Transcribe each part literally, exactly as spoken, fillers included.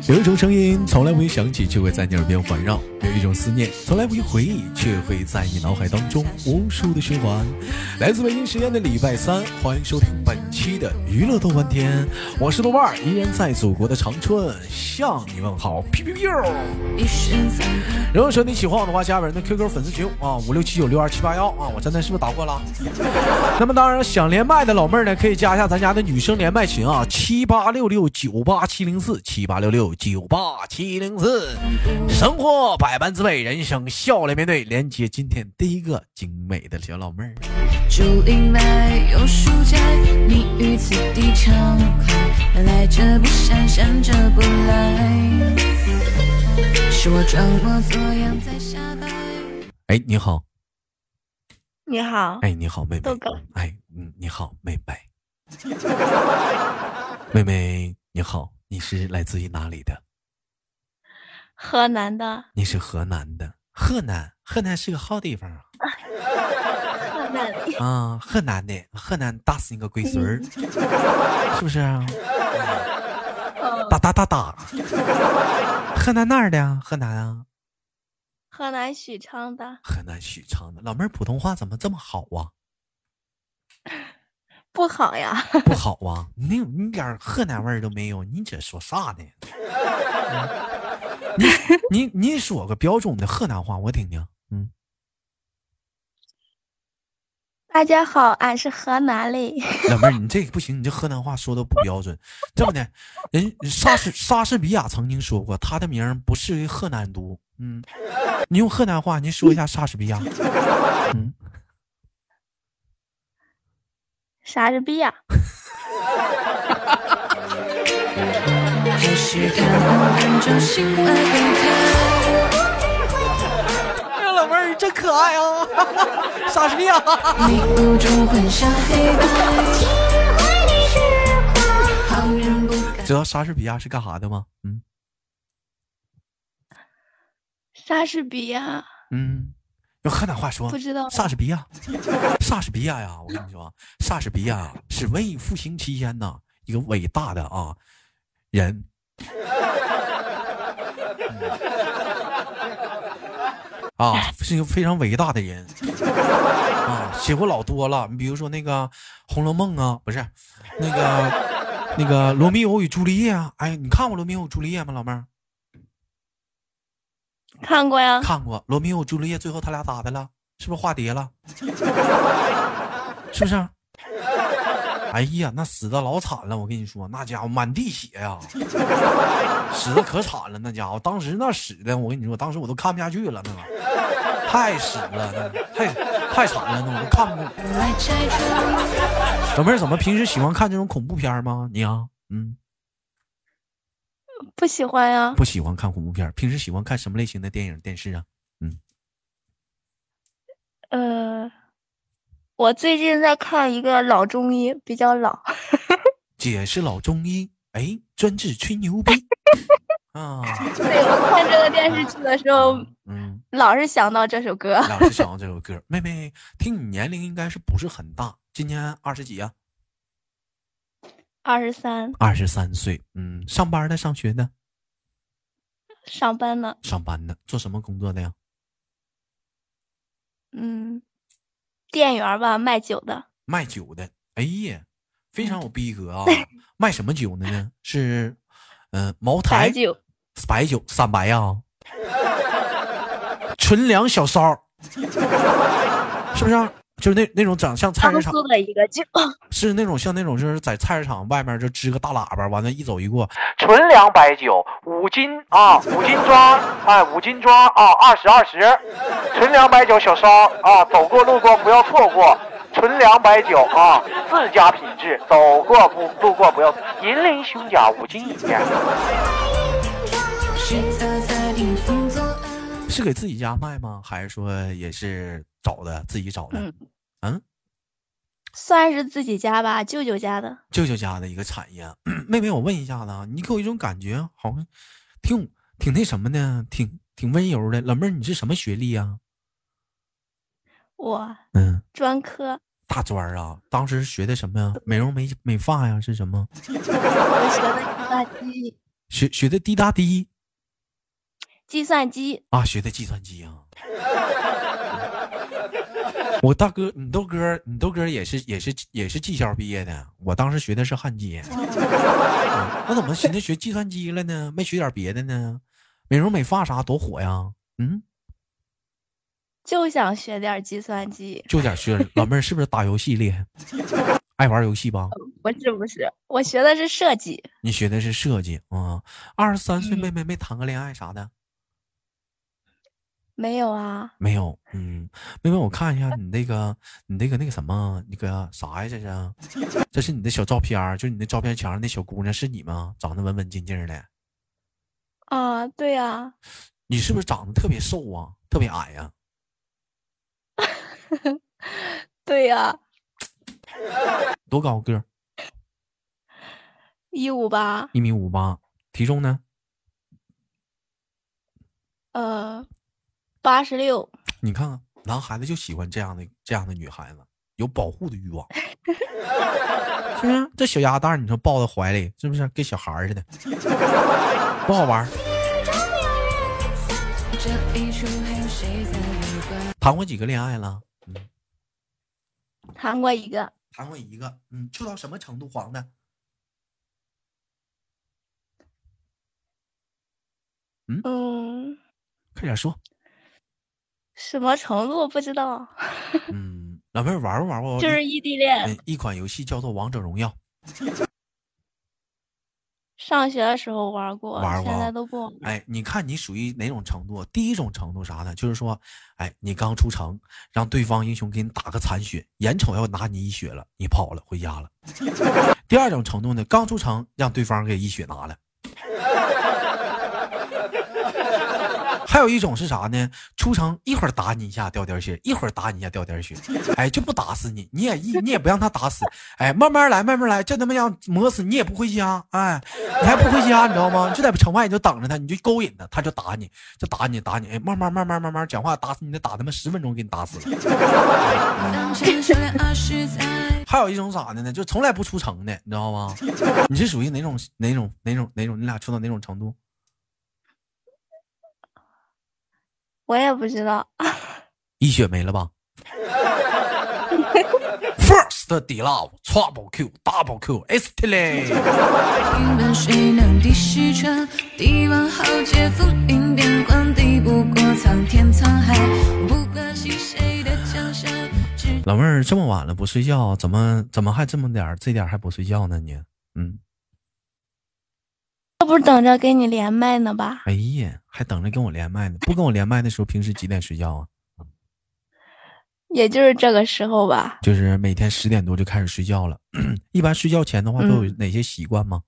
有一种声音从来不会响起，却会在你耳边环绕；有一种思念从来不会回忆，却会在你脑海当中无数的循环。来自北京时间的礼拜三，欢迎收听本期的娱乐豆瓣天，我是豆瓣，依然在祖国的长春向你问好。屁屁屁！如果说你喜欢我的话，加本人的 Q Q 粉丝群啊，五六七九六二七八幺啊，我真的是不是打过了？那么当然，想连麦的老妹儿呢，可以加一下咱家的女生连麦群啊，七八六六九八七零四，七八六六九八七零四。生活百般滋味，人生笑脸面对，连接今天第一个精美的小老妹儿。 竹林外有书斋，你于此地畅快，来者不善，善者不来，是我装模作样在下拜。 哎，你好。 你好。 哎，你好，妹妹。 豆哥。 哎，嗯，你好，妹妹。妹妹，你好，你是来自于哪里的？ 河南的。 你是河南的。河南，河南是个好地方啊。 河南的啊，河南的，河南打死你个龟孙儿，嗯、是不是啊？哒哒哒哒。河南哪儿的啊？河南啊？ 河南许昌的。 河南许昌的。老妹儿普通话怎么这么好啊？ 不好呀。 不好啊，你你点河南味儿都没有，你这说啥呢？你你你说个标准的河南话我听听。嗯， 大家好，俺是河南嘞。 老妹儿，你这不行，你这河南话说的不标准。这么的，人莎士莎士比亚曾经说过，他的名不适于河南读。嗯，你用河南话你说一下莎士比亚。嗯， 莎士比亚。 哎呀，老妹儿真可爱啊！莎士比亚。知道莎士比亚是干啥的吗？嗯， 莎士比亚。 嗯，用河南话说。 不知道。 莎士比亚，莎士比亚呀！我跟你说，莎士比亚是文艺复兴期间呢一个伟大的啊人。啊，是一个非常伟大的人啊，写过老多了。你比如说那个《红楼梦》啊，不是那个那个《罗密欧与朱丽叶》啊。哎，你看过《罗密欧与朱丽叶》吗，老妹儿？ 看过呀。 看过《罗密欧与朱丽叶》，最后他俩咋的了？是不是化蝶了？是不是？哎呀，那死的老惨了，我跟你说，那家伙满地血呀、啊，死的可惨了，那家伙当时那死的，我跟你说，当时我都看不下去了，那个太死了，那太太惨了，那我都看不。老妹儿怎么平时喜欢看这种恐怖片吗？你啊，嗯， 不喜欢呀。 不喜欢看恐怖片，平时喜欢看什么类型的电影电视啊？嗯， 呃。我最近在看一个老中医，比较老。 姐是老中医，哎，专治吹牛逼啊！ 对，我看这个电视剧的时候， 嗯， 老是想到这首歌， 老是想到这首歌。妹妹，听你年龄应该是不是很大？今年二十几啊？ 二十三。 二十三岁，嗯，上班的，上学的？ 上班呢。 上班的，做什么工作的呀？ 嗯。店员吧，卖酒的。 卖酒的，哎呀，非常有逼格啊！卖什么酒的呢？是，嗯、呃，茅台。 白酒。 白酒，散白呀、啊。纯粮小骚，是不是、啊？就是那那种长像菜市场的一个酒， 是那种像那种就是在菜市场外面就支个大喇叭，完了一走一过，纯粮白酒五斤啊，五斤装，哎，五斤装啊，二十二十，纯粮白酒小烧啊，走过路过不要错过，纯粮白酒啊，自家品质，走过不路过不要，银鳞胸甲五斤一件。是给自己家卖吗？还是说也是找的自己找的？嗯，嗯， 算是自己家吧，舅舅家的。 舅舅家的一个产业。妹妹，我问一下子啊，你给我一种感觉，好像挺挺那什么的，挺挺温柔的。老妹儿，你是什么学历啊？ 我嗯， 专科。 大专啊？当时学的什么呀？美容美美发呀？是什么？ 我学的理发机。 学学的滴答滴。 计算机啊，学的计算机啊。我大哥，你豆哥，你豆哥也是也是也是技校毕业的。我当时学的是焊接，嗯、我怎么寻思学计算机了呢？没学点别的呢？美容美发啥多火呀？嗯， 就想学点计算机， 就想学。老妹儿是不是打游戏厉害？爱玩游戏吧？ 不是不是，我学的是设计。 你学的是设计啊？二十三岁妹嗯妹没谈个恋爱啥的？ 没有啊， 没有。嗯，妹妹，我看一下你那个你那个那个什么那个啥呀？这是这是你的小照片，就是你那照片墙上那小姑娘是你吗？长得文文静静的。 啊，对呀， 你是不是长得特别瘦啊？特别矮呀、 对呀， 多高个？ 一五八， 一米五八。体重呢？ 呃，八十六。 你看看，男孩子就喜欢这样的这样的女孩子，有保护的欲望，是不是？这小鸭蛋，你说抱在怀里，是不是跟小孩似的，多好玩？谈过几个恋爱了？嗯， 谈过一个。 谈过一个。嗯，处到什么程度？黄的？嗯嗯， 快点说。 什么程度不知道。 嗯，老妹儿玩不玩过？ 就是异地恋。 嗯，一款游戏叫做《王者荣耀》。 上学的时候玩过， 玩过， 现在都不玩。 哎，你看你属于哪种程度？第一种程度啥呢？就是说，哎，你刚出城，让对方英雄给你打个残血，眼瞅要拿你一血了，你跑了回家了。第二种程度呢，刚出城，让对方给一血拿了。还有一种是啥呢？出城一会儿打你一下掉点血，一会儿打你一下掉点血，哎，就不打死你，你也你也不让他打死，哎，慢慢来，慢慢来，这他妈样磨死你也不回家，哎，你还不回家，你知道吗？就在城外你就等着他，你就勾引他，他就打你，就打你打你，哎，慢慢慢慢慢慢讲话打死你，得打他妈十分钟给你打死了。还有一种咋的呢？就从来不出城的，你知道吗？你是属于哪种哪种哪种哪种？你俩处到哪种程度？ 我也不知道。 一血没了吧？First D love Trouble Q Double Q S T L E。 平淡水能抵石川，帝王豪杰风云变幻，敌不过苍天沧海，不关心谁的江山。 老妹儿这么晚了不睡觉，怎么怎么还这么点这点还不睡觉呢？你嗯。 这不是等着给你连麦呢吧？ 哎呀，还等着跟我连麦呢。不跟我连麦的时候，平时几点睡觉啊？ 也就是这个时候吧。 就是每天十点多就开始睡觉了。一般睡觉前的话，都有哪些习惯吗？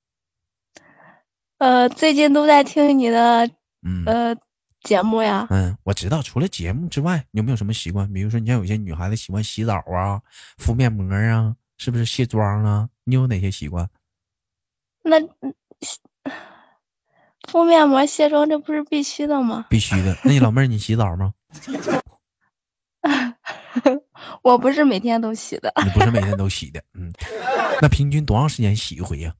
呃，最近都在听你的嗯呃节目呀。 嗯，我知道。除了节目之外，你有没有什么习惯？比如说，你像有些女孩子喜欢洗澡啊、敷面膜啊，是不是卸妆啊？你有哪些习惯？ 那敷面膜、卸妆，这不是必须的吗？ 必须的。那你老妹儿，你洗澡吗？ 我不是每天都洗的。 你不是每天都洗的，嗯。那平均多长时间洗一回呀？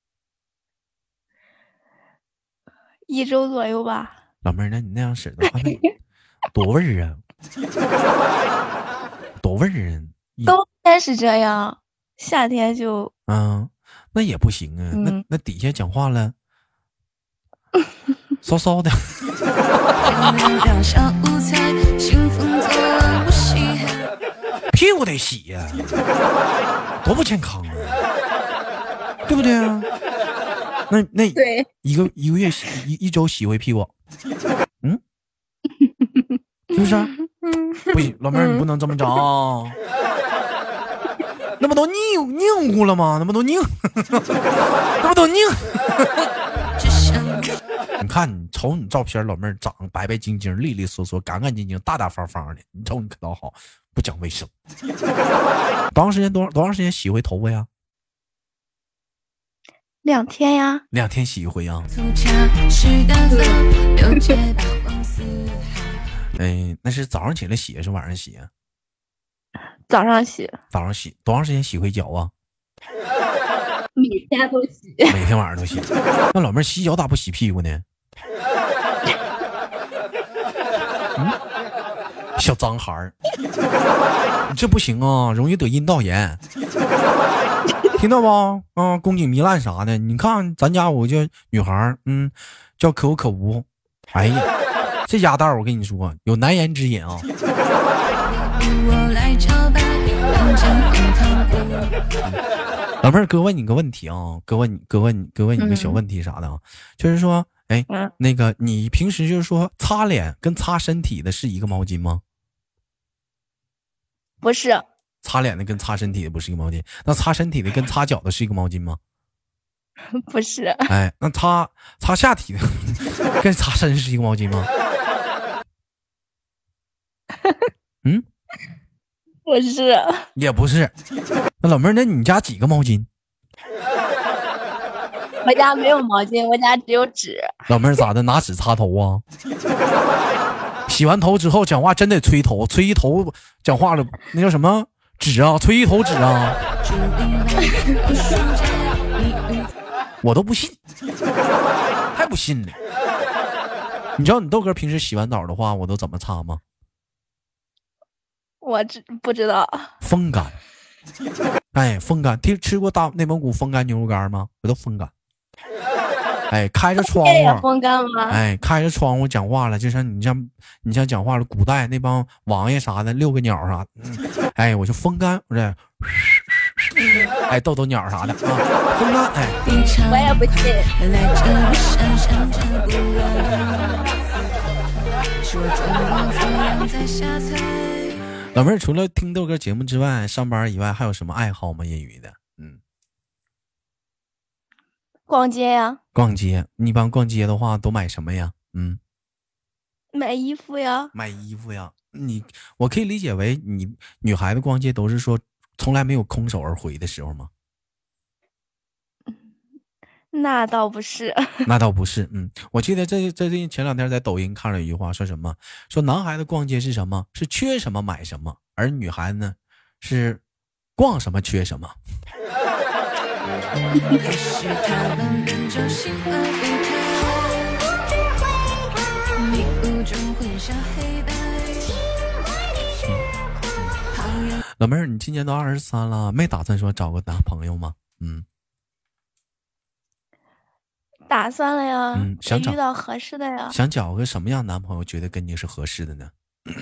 一周左右吧。 老妹儿，那你那样式的话，多味儿啊，多味儿啊！ 冬天是这样，夏天就嗯，那也不行啊。 嗯、 那那底下讲话了，骚骚的。屁股得洗呀、啊，多不健康啊，对不对啊？那那对一个一个月洗一一周洗回屁股，嗯，是不是、啊？不行，老妹儿你不能这么着、啊，那不都拧拧乎了吗？那不都拧，那不都拧。你看你瞅你照片，老妹儿长得白白净净、利利索索、干干净净、大大方方的。你瞅你可倒好，不讲卫生。多长时间多多长时间洗一回头发呀？ 两天呀。 两天洗一回呀。哎，那是早上起来洗还是晚上洗啊？ 早上洗。 早上洗。多长时间洗回脚啊？ 每天都洗， 每天晚上都洗。那老妹儿洗脚咋不洗屁股呢？嗯，小脏孩儿，你这不行啊，容易得阴道炎。听到不？啊，宫颈糜烂啥的。你看咱家我就女孩儿，嗯，叫可有可无。哎呀，这鸭蛋我跟你说有难言之隐啊。老妹儿，哥问你个问题啊，哥问你，哥问你，哥问你个小问题啥的啊，嗯、就是说，哎，嗯、那个你平时就是说擦脸跟擦身体的是一个毛巾吗？ 不是。 擦脸的跟擦身体的不是一个毛巾，那擦身体的跟擦脚的是一个毛巾吗？ 不是。 哎，那擦擦下体的跟擦身是一个毛巾吗？嗯， 不是， 也不是。那老妹儿，那你家几个毛巾？ 我家没有毛巾，我家只有纸。 老妹儿咋的？拿纸擦头啊？洗完头之后讲话真得吹头，吹一头讲话了，那叫什么纸啊？吹一头纸啊？我都不信，太不信了。你知道你豆哥平时洗完澡的话，我都怎么擦吗？ 我知不知道？ 风干。哎，风干，听吃过大内蒙古风干牛肉干吗？我都风干。哎，开着窗户， 风干吗？ 哎，开着窗户讲话了，就像你像你像讲话了，古代那帮王爷啥的，遛个鸟啥的，嗯，哎，我就风干，我这，哎，逗逗鸟啥的啊，风干，哎， 我也不信。 老妹儿，除了听豆哥节目之外，上班以外还有什么爱好吗？业余的，嗯。 逛街呀， 逛街，你一般逛街的话都买什么呀？嗯， 买衣服呀， 买衣服呀。你我可以理解为你女孩子逛街都是说从来没有空手而回的时候吗？ 那倒不是， 那倒不是。嗯，我记得这这这前两天在抖音看了一句话，说什么？说男孩子逛街是什么？是缺什么买什么，而女孩子呢是逛什么缺什么。老妹儿，你今年都二十三了，没打算说找个男朋友吗？嗯， 打算了呀， 嗯，想找遇到合适的呀。 想找个什么样男朋友，觉得跟你是合适的呢？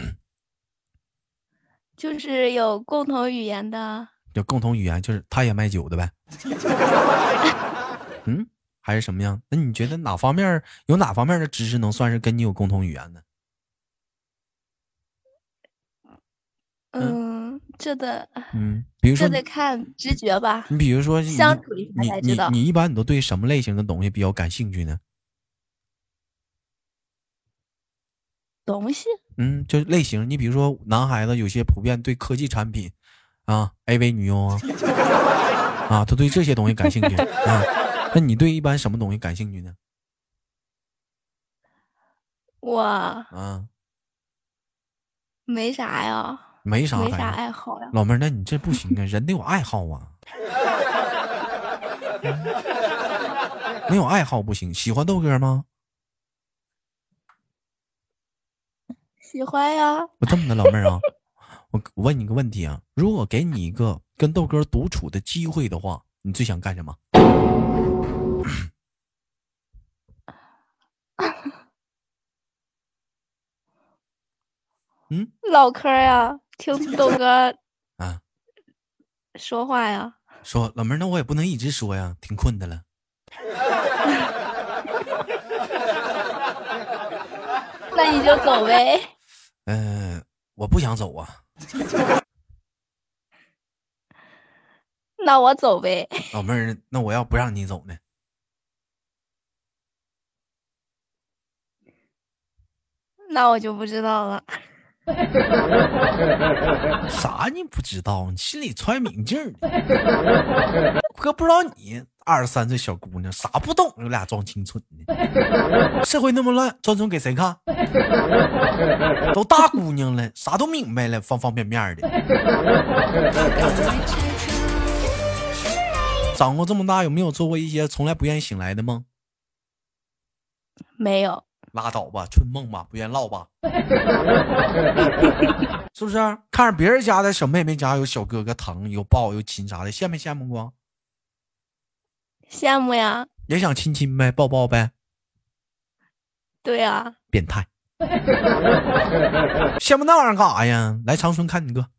就是有共同语言的。 有共同语言，就是他也卖酒的呗。嗯，还是什么样？那你觉得哪方面有哪方面的知识能算是跟你有共同语言呢？ 嗯，这得， 嗯，比如说这得看直觉吧。 你比如说相处一下才知道。 你你你一般你都对什么类型的东西比较感兴趣呢？ 东西？嗯， 就类型。你比如说男孩子有些普遍对科技产品啊 ，A V 女优啊，啊，他对这些东西感兴趣啊。那你对一般什么东西感兴趣呢？ 我啊， 没啥呀， 没啥， 没啥爱好呀。 老妹儿，那你这不行啊，人得有爱好啊。没有爱好不行。喜欢豆哥吗？ 喜欢呀。 我这么的，老妹儿啊，我我问你个问题啊，如果给你一个跟豆哥独处的机会的话，你最想干什么？嗯， 唠嗑呀，听豆哥啊说话呀。 说老妹儿，那我也不能一直说呀，挺困的了。 那你就走呗。 嗯、呃，我不想走啊。 那我走呗。 老妹儿，那我要不让你走呢？ 那我就不知道了。 啥你不知道？你心里揣明镜呢。可不知道你二十三岁小姑娘啥不懂，有俩装清纯的。社会那么乱，装纯给谁看？都大姑娘了，啥都明白了，方方面面的。 长过这么大有没有做过一些从来不愿意醒来的梦？ 没有。 拉倒吧，春梦吧，不愿唠吧。是不是？看着别人家的小妹妹家有小哥哥疼有抱有亲啥的，羡没羡慕过？ 羡慕呀。 也想亲亲呗，抱抱呗。 对呀。 变态。羡慕那玩意儿干啥呀？来长春看你哥。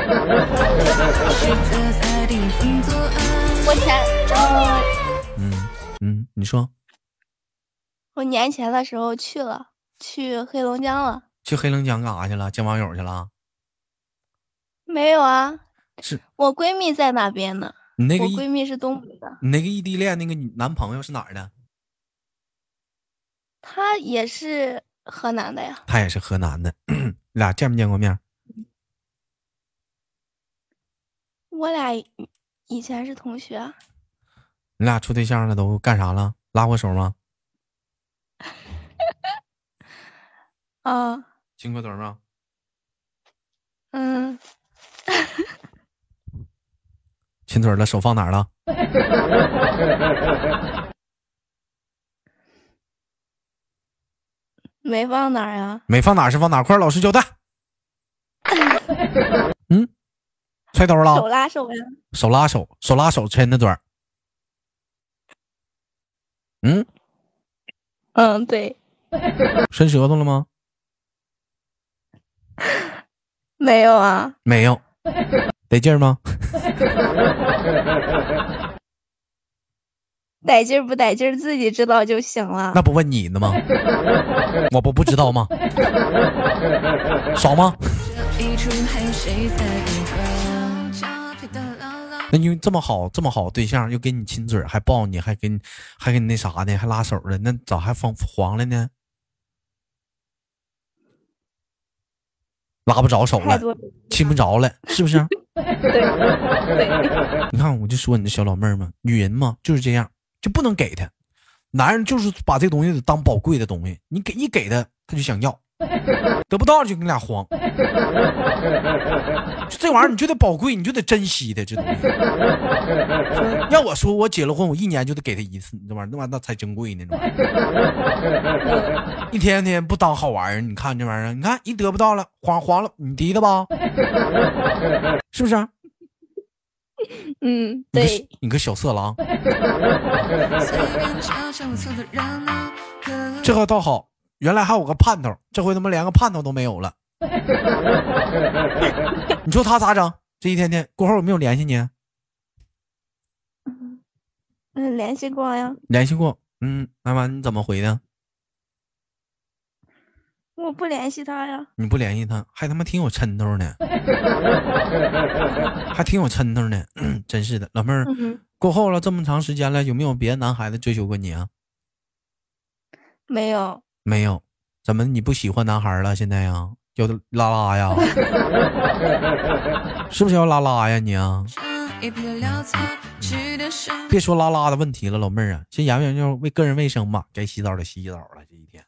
我前呃嗯嗯，你说。 我年前的时候去了，去黑龙江了。 去黑龙江干啥去了？见网友去了？ 没有啊， 是我闺蜜在那边呢。 你那个我闺蜜是东北的。 你那个异地恋那个男朋友是哪儿的？ 他也是河南的呀。 他也是河南的，你俩见没见过面？ 我俩以前是同学。 你俩处对象了都干啥了？拉过手吗？ 啊。 亲过嘴吗？ 嗯。 亲嘴了，手放哪儿了？ 没放哪儿呀？ 没放哪儿是放哪儿？快老实交代。嗯，揣兜了。 手拉手呀。 手拉手，手拉手牵的嘴儿。嗯嗯，对。 伸舌头了吗？ 没有啊。 没有。得劲儿吗？ 得劲儿不得劲儿自己知道就行了。 那不问你呢吗？我不不知道吗？爽吗？那因为这么好这么好对象，又给你亲嘴，还抱你，还给你还给你那啥呢，还拉手的，那咋还黄黄了呢？拉不着手了，亲不着了，是不是？ 对对。 你看，我就说你这小老妹儿嘛，女人嘛就是这样，就不能给她。男人就是把这东西当宝贵的东西，你给一给他，他就想要，得不到就跟你俩慌。就这玩意儿，你就得宝贵，你就得珍惜的这东西。要我说，我结了婚，我一年就得给他一次，你这玩意儿，那玩意儿那才珍贵呢。这玩意儿一天天不当好玩儿，你看这玩意儿，你看一得不到了，慌慌了，你提的吧？是不是？ 嗯，对。 你个小色狼。这回倒好，原来还有个盼头，这回他妈连个盼头都没有了。你说他咋整？这一天天过后有没有联系你？ 嗯，联系过呀。 联系过。嗯，那完你怎么回的？ 我不联系他呀。 你不联系他，还他妈挺有抻头呢，还挺有抻头呢。真是的，老妹儿， 嗯、 过后了这么长时间了，有没有别的男孩子追求过你啊？ 没有。 没有。怎么你不喜欢男孩了？现在呀，要拉拉呀？是不是要拉拉呀你啊？别说拉拉的问题了，老妹儿啊，先研究研究为个人卫生吧，该洗澡的洗洗澡了，这一天。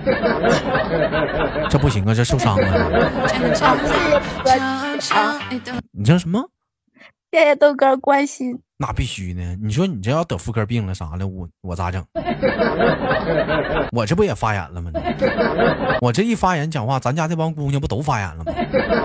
这不行啊，这受伤了。你叫什么？ 谢谢豆哥关心。 那必须呢，你说你这要得妇科病了啥的，我我咋整？我这不也发炎了吗？我这一发炎讲话，咱家这帮姑娘不都发炎了吗？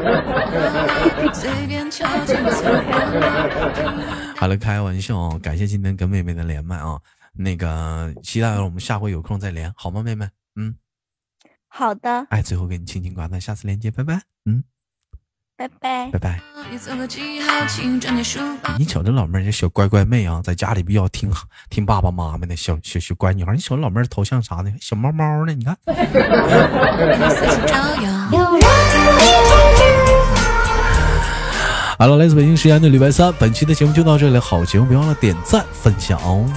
好了，开玩笑啊！感谢今天跟妹妹的连麦啊，那个期待我们下回有空再连，好吗，妹妹？嗯， 好的。 哎，最后给你轻轻挂断，下次连接，拜拜。嗯。 拜拜拜拜。你瞅这老妹儿这小乖乖妹啊，在家里比较听听爸爸妈妈的小小小乖女孩。你瞅老妹儿头像啥的，小猫猫呢？你看。好了，来自北京时间的礼拜三，本期的节目就到这里，好节目别忘了点赞分享哦。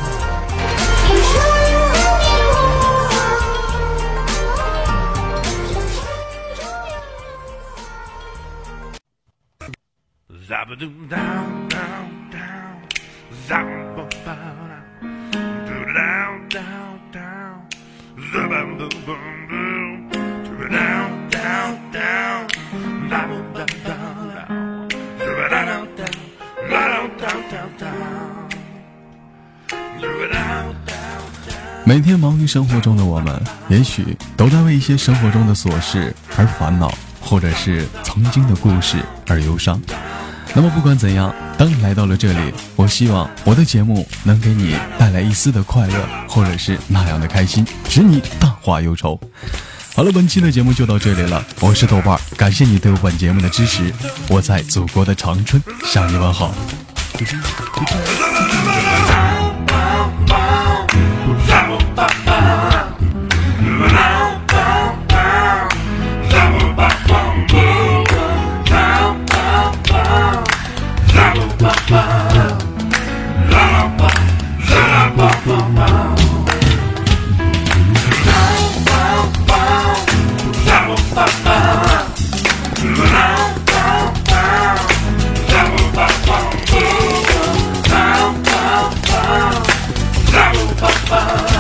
Zabba-doom down, down, down, zabba-ba-da, do-da-down, down, down, zabba-boom-boom-boom, do-da-down, down, down, zabba-da-da-da, zabba-da-da-da, da-da-da-da-da. 每天忙于生活中的我们，也许都在为一些生活中的琐事而烦恼，或者是曾经的故事而忧伤。那么不管怎样，当你来到了这里，我希望我的节目能给你带来一丝的快乐，或者是那样的开心，使你淡化忧愁。好了，本期的节目就到这里了，我是豆瓣，感谢你对我本节目的支持，我在祖国的长春向你问好。 Bye.